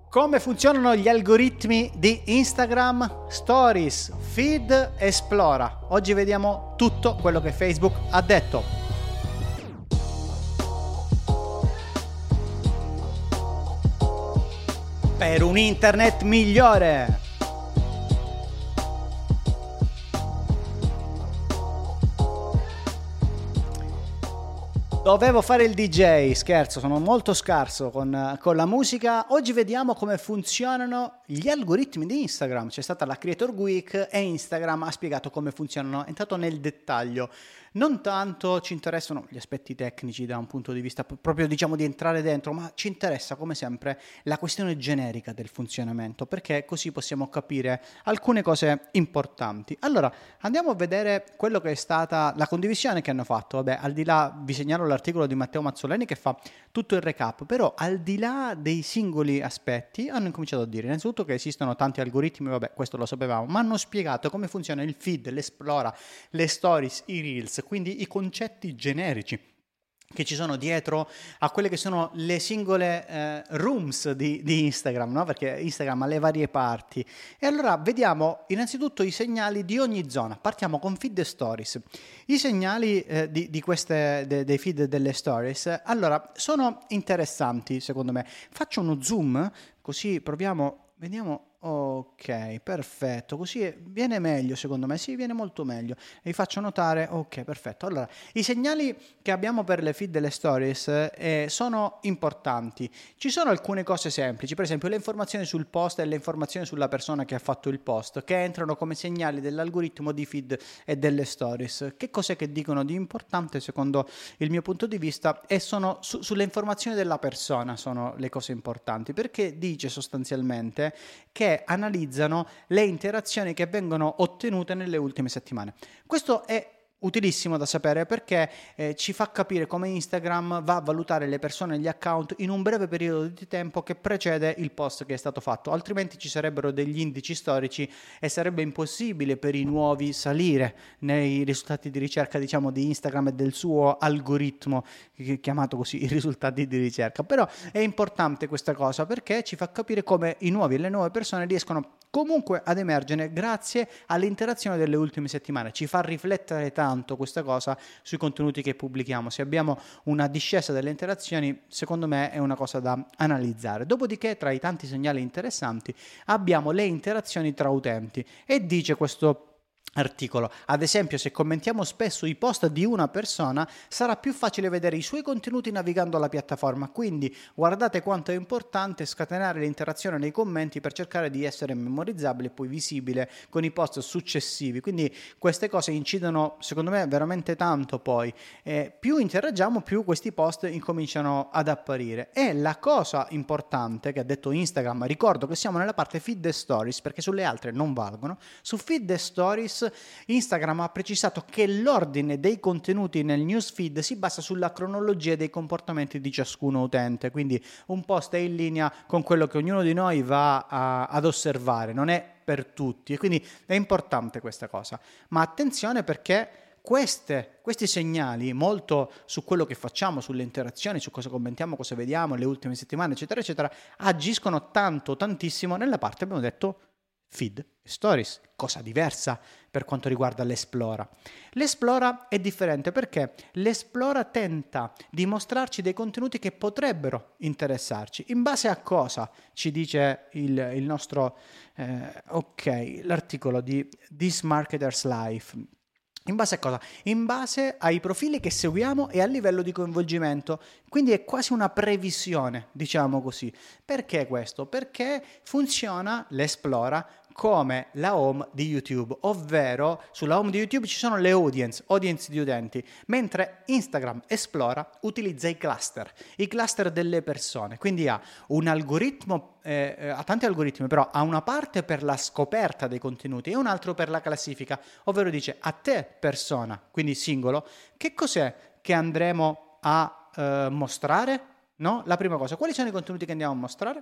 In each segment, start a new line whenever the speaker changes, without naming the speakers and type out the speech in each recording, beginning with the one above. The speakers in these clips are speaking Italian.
Come funzionano gli algoritmi di Instagram Stories, Feed, Esplora. Oggi vediamo tutto quello che Facebook ha detto. Per un internet migliore. Dovevo fare il DJ, scherzo, sono molto scarso con la musica. Oggi vediamo come funzionano gli algoritmi di Instagram. C'è stata la Creator Week e Instagram ha spiegato come funzionano, è entrato nel dettaglio. Non tanto ci interessano gli aspetti tecnici da un punto di vista proprio diciamo di entrare dentro, ma ci interessa come sempre la questione generica del funzionamento, perché così possiamo capire alcune cose importanti. Allora, andiamo a vedere quello che è stata la condivisione che hanno fatto. Vabbè, al di là vi segnalo l'articolo di Matteo Mazzoleni che fa tutto il recap, però al di là dei singoli aspetti hanno incominciato a dire innanzitutto che esistono tanti algoritmi, vabbè, questo lo sapevamo, ma hanno spiegato come funziona il feed, l'esplora, le stories, i reels, quindi i concetti generici che ci sono dietro a quelle che sono le singole rooms di Instagram, no? Perché Instagram ha le varie parti. E allora vediamo innanzitutto i segnali di ogni zona. Partiamo con feed e stories. I segnali di queste dei feed e delle stories, allora, sono interessanti secondo me. Faccio uno zoom, così proviamo, vediamo. Ok, perfetto, così viene meglio secondo me, sì, viene molto meglio. E vi faccio notare, ok, perfetto. Allora, i segnali che abbiamo per le feed delle stories sono importanti. Ci sono alcune cose semplici, per esempio le informazioni sul post e le informazioni sulla persona che ha fatto il post, che entrano come segnali dell'algoritmo di feed e delle stories. Che cos'è che dicono di importante secondo il mio punto di vista? E sono sulle informazioni della persona sono le cose importanti, perché dice sostanzialmente che analizzano le interazioni che vengono ottenute nelle ultime settimane. Questo è utilissimo da sapere perché ci fa capire come Instagram va a valutare le persone e gli account in un breve periodo di tempo che precede il post che è stato fatto, altrimenti ci sarebbero degli indici storici e sarebbe impossibile per i nuovi salire nei risultati di ricerca, diciamo, di Instagram e del suo algoritmo, chiamato così i risultati di ricerca. Però è importante questa cosa perché ci fa capire come i nuovi e le nuove persone riescono comunque ad emergere grazie all'interazione delle ultime settimane. Ci fa riflettere tanto questa cosa sui contenuti che pubblichiamo. Se abbiamo una discesa delle interazioni, secondo me è una cosa da analizzare. Dopodiché, tra i tanti segnali interessanti, abbiamo le interazioni tra utenti e dice questo articolo. Ad esempio, se commentiamo spesso i post di una persona, sarà più facile vedere i suoi contenuti navigando alla piattaforma. Quindi guardate quanto è importante scatenare l'interazione nei commenti per cercare di essere memorizzabile e poi visibile con i post successivi. Quindi queste cose incidono, secondo me, veramente tanto poi. Più interagiamo, più questi post incominciano ad apparire. E la cosa importante che ha detto Instagram, ricordo che siamo nella parte feed e stories, perché sulle altre non valgono, su feed e stories Instagram ha precisato che l'ordine dei contenuti nel newsfeed si basa sulla cronologia dei comportamenti di ciascuno utente, quindi un post è in linea con quello che ognuno di noi va ad osservare, non è per tutti, e quindi è importante questa cosa. Ma attenzione, perché questi segnali, molto su quello che facciamo, sulle interazioni, su cosa commentiamo, cosa vediamo, le ultime settimane, eccetera, eccetera, agiscono tantissimo nella parte, abbiamo detto, feed e stories, cosa diversa per quanto riguarda l'Esplora. L'Esplora è differente perché l'Esplora tenta di mostrarci dei contenuti che potrebbero interessarci. In base a cosa ci dice il nostro l'articolo di This Marketer's Life. In base a cosa? In base ai profili che seguiamo e al livello di coinvolgimento. Quindi è quasi una previsione, diciamo così. Perché questo? Perché funziona l'Esplora come la home di YouTube, ovvero sulla home di YouTube ci sono le audience di utenti, mentre Instagram Esplora utilizza i cluster delle persone, quindi ha un algoritmo, ha tanti algoritmi, però ha una parte per la scoperta dei contenuti e un altro per la classifica, ovvero dice a te persona, quindi singolo, che cos'è che andremo a mostrare? No? La prima cosa, quali sono i contenuti che andiamo a mostrare?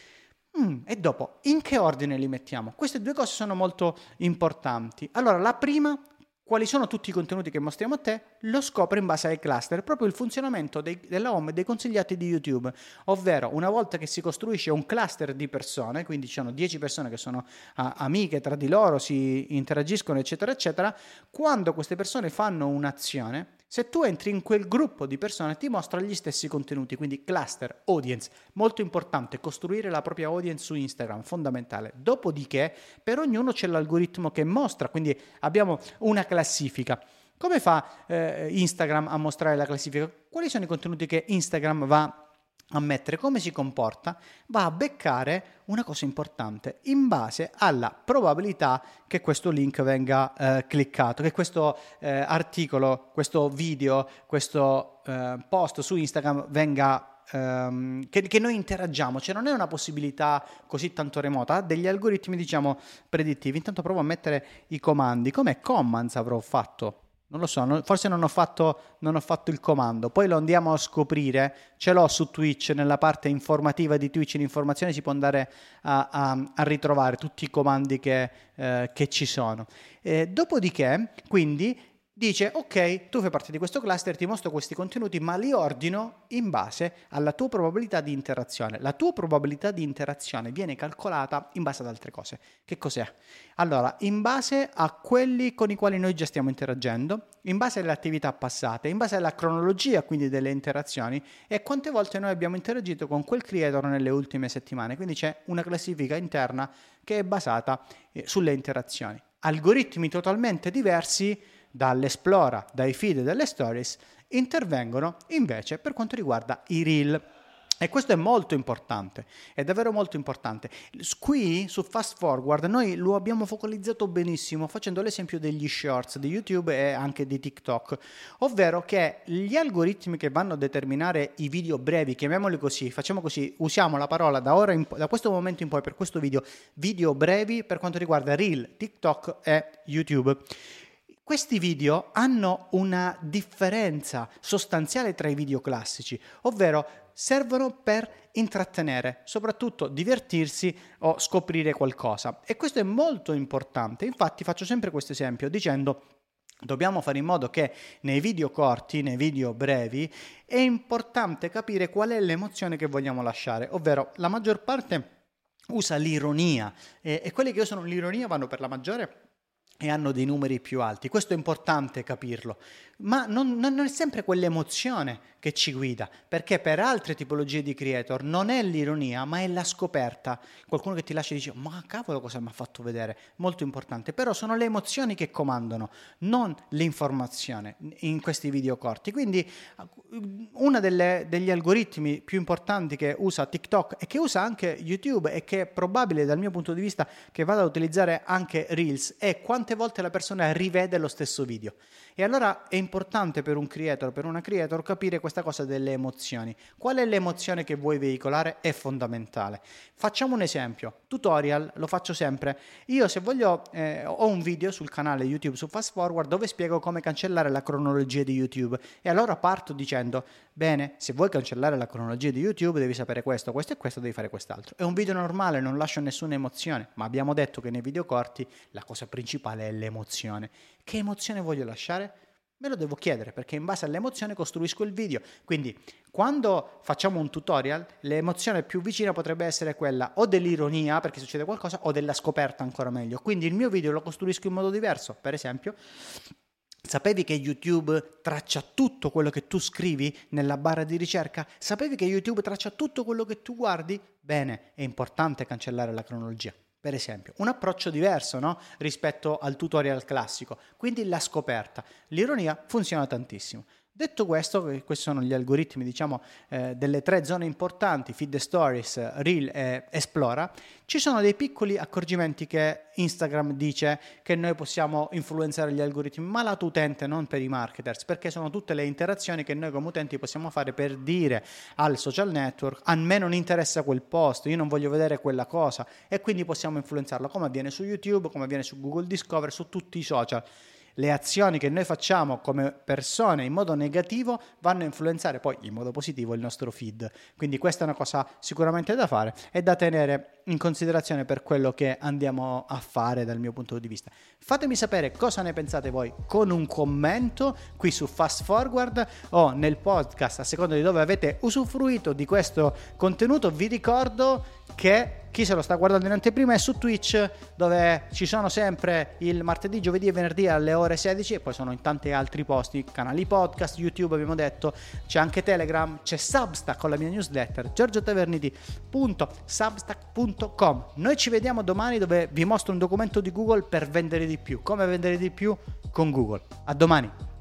E dopo, in che ordine li mettiamo? Queste due cose sono molto importanti. Allora, la prima, quali sono tutti i contenuti che mostriamo a te, lo scopre in base ai cluster, proprio il funzionamento della home e dei consigliati di YouTube, ovvero una volta che si costruisce un cluster di persone, quindi ci sono 10 persone che sono amiche tra di loro, si interagiscono eccetera eccetera, quando queste persone fanno un'azione, se tu entri in quel gruppo di persone ti mostra gli stessi contenuti, quindi cluster, audience, molto importante, costruire la propria audience su Instagram, fondamentale. Dopodiché per ognuno c'è l'algoritmo che mostra, quindi abbiamo una classifica. Come fa Instagram a mostrare la classifica? Quali sono i contenuti che Instagram va a mettere? Come si comporta? Va a beccare una cosa importante in base alla probabilità che questo link venga cliccato, che questo articolo, questo video, questo post su Instagram venga che noi interagiamo, cioè non è una possibilità così tanto remota, ha degli algoritmi diciamo predittivi. Intanto provo a mettere i comandi, come commands avrò fatto? Non lo so, forse non ho fatto il comando, poi lo andiamo a scoprire, ce l'ho su Twitch, nella parte informativa di Twitch, in informazioni si può andare a ritrovare tutti i comandi che ci sono. Dopodiché, quindi, dice, ok, tu fai parte di questo cluster, ti mostro questi contenuti, ma li ordino in base alla tua probabilità di interazione. La tua probabilità di interazione viene calcolata in base ad altre cose. Che cos'è? Allora, in base a quelli con i quali noi già stiamo interagendo, in base alle attività passate, in base alla cronologia quindi delle interazioni e quante volte noi abbiamo interagito con quel creator nelle ultime settimane. Quindi c'è una classifica interna che è basata sulle interazioni. Algoritmi totalmente diversi dall'Esplora, dai feed e dalle stories intervengono invece per quanto riguarda i reel. E questo è molto importante, è davvero molto importante. Qui su Fast Forward noi lo abbiamo focalizzato benissimo facendo l'esempio degli shorts di YouTube e anche di TikTok, ovvero che gli algoritmi che vanno a determinare i video brevi, chiamiamoli così, facciamo così, usiamo la parola da questo momento in poi per questo video brevi per quanto riguarda Reel, TikTok e YouTube. Questi video hanno una differenza sostanziale tra i video classici, ovvero servono per intrattenere, soprattutto divertirsi o scoprire qualcosa. E questo è molto importante. Infatti faccio sempre questo esempio dicendo: dobbiamo fare in modo che nei video corti, nei video brevi, è importante capire qual è l'emozione che vogliamo lasciare, ovvero la maggior parte usa l'ironia e quelli che usano l'ironia vanno per la maggiore e hanno dei numeri più alti. Questo è importante capirlo, ma non è sempre quell'emozione che ci guida, perché per altre tipologie di creator non è l'ironia, ma è la scoperta. Qualcuno che ti lascia e dice: ma cavolo, cosa mi ha fatto vedere? Molto importante, però sono le emozioni che comandano, non l'informazione in questi video corti. Quindi uno degli algoritmi più importanti che usa TikTok e che usa anche YouTube e che è probabile dal mio punto di vista che vada a utilizzare anche Reels è quante volte la persona rivede lo stesso video. E allora è importante per un creator, per una creator, capire questa cosa delle emozioni. Qual è l'emozione che vuoi veicolare è fondamentale. Facciamo un esempio, tutorial, lo faccio sempre. Io se voglio, ho un video sul canale YouTube su Fast Forward dove spiego come cancellare la cronologia di YouTube. E allora parto dicendo: bene, se vuoi cancellare la cronologia di YouTube devi sapere questo, questo e questo, devi fare quest'altro. È un video normale, non lascio nessuna emozione, ma abbiamo detto che nei video corti la cosa principale è l'emozione. Che emozione voglio lasciare? Me lo devo chiedere, perché in base all'emozione costruisco il video. Quindi quando facciamo un tutorial, l'emozione più vicina potrebbe essere quella o dell'ironia perché succede qualcosa o della scoperta, ancora meglio. Quindi il mio video lo costruisco in modo diverso. Per esempio, sapevi che YouTube traccia tutto quello che tu scrivi nella barra di ricerca? Sapevi che YouTube traccia tutto quello che tu guardi? Bene, è importante cancellare la cronologia. Per esempio, un approccio diverso, no? Rispetto al tutorial classico, quindi la scoperta. L'ironia funziona tantissimo. Detto questo, questi sono gli algoritmi, diciamo, delle 3 zone importanti, Feed the Stories, Reel e Esplora. Ci sono dei piccoli accorgimenti che Instagram dice che noi possiamo influenzare gli algoritmi, ma lato utente, non per i marketers, perché sono tutte le interazioni che noi come utenti possiamo fare per dire al social network: a me non interessa quel post, io non voglio vedere quella cosa, e quindi possiamo influenzarlo, come avviene su YouTube, come avviene su Google Discover, su tutti i social. Le azioni che noi facciamo come persone in modo negativo vanno a influenzare poi in modo positivo il nostro feed. Quindi questa è una cosa sicuramente da fare e da tenere in considerazione per quello che andiamo a fare dal mio punto di vista. Fatemi sapere cosa ne pensate voi con un commento qui su Fast Forward o nel podcast, a seconda di dove avete usufruito di questo contenuto. Vi ricordo che chi se lo sta guardando in anteprima è su Twitch, dove ci sono sempre il martedì, giovedì e venerdì alle ore 16, e poi sono in tanti altri posti, canali podcast, YouTube abbiamo detto, c'è anche Telegram, c'è Substack con la mia newsletter, giorgiotaverniti.substack.com. Noi ci vediamo domani, dove vi mostro un documento di Google per vendere di più. Come vendere di più con Google. A domani.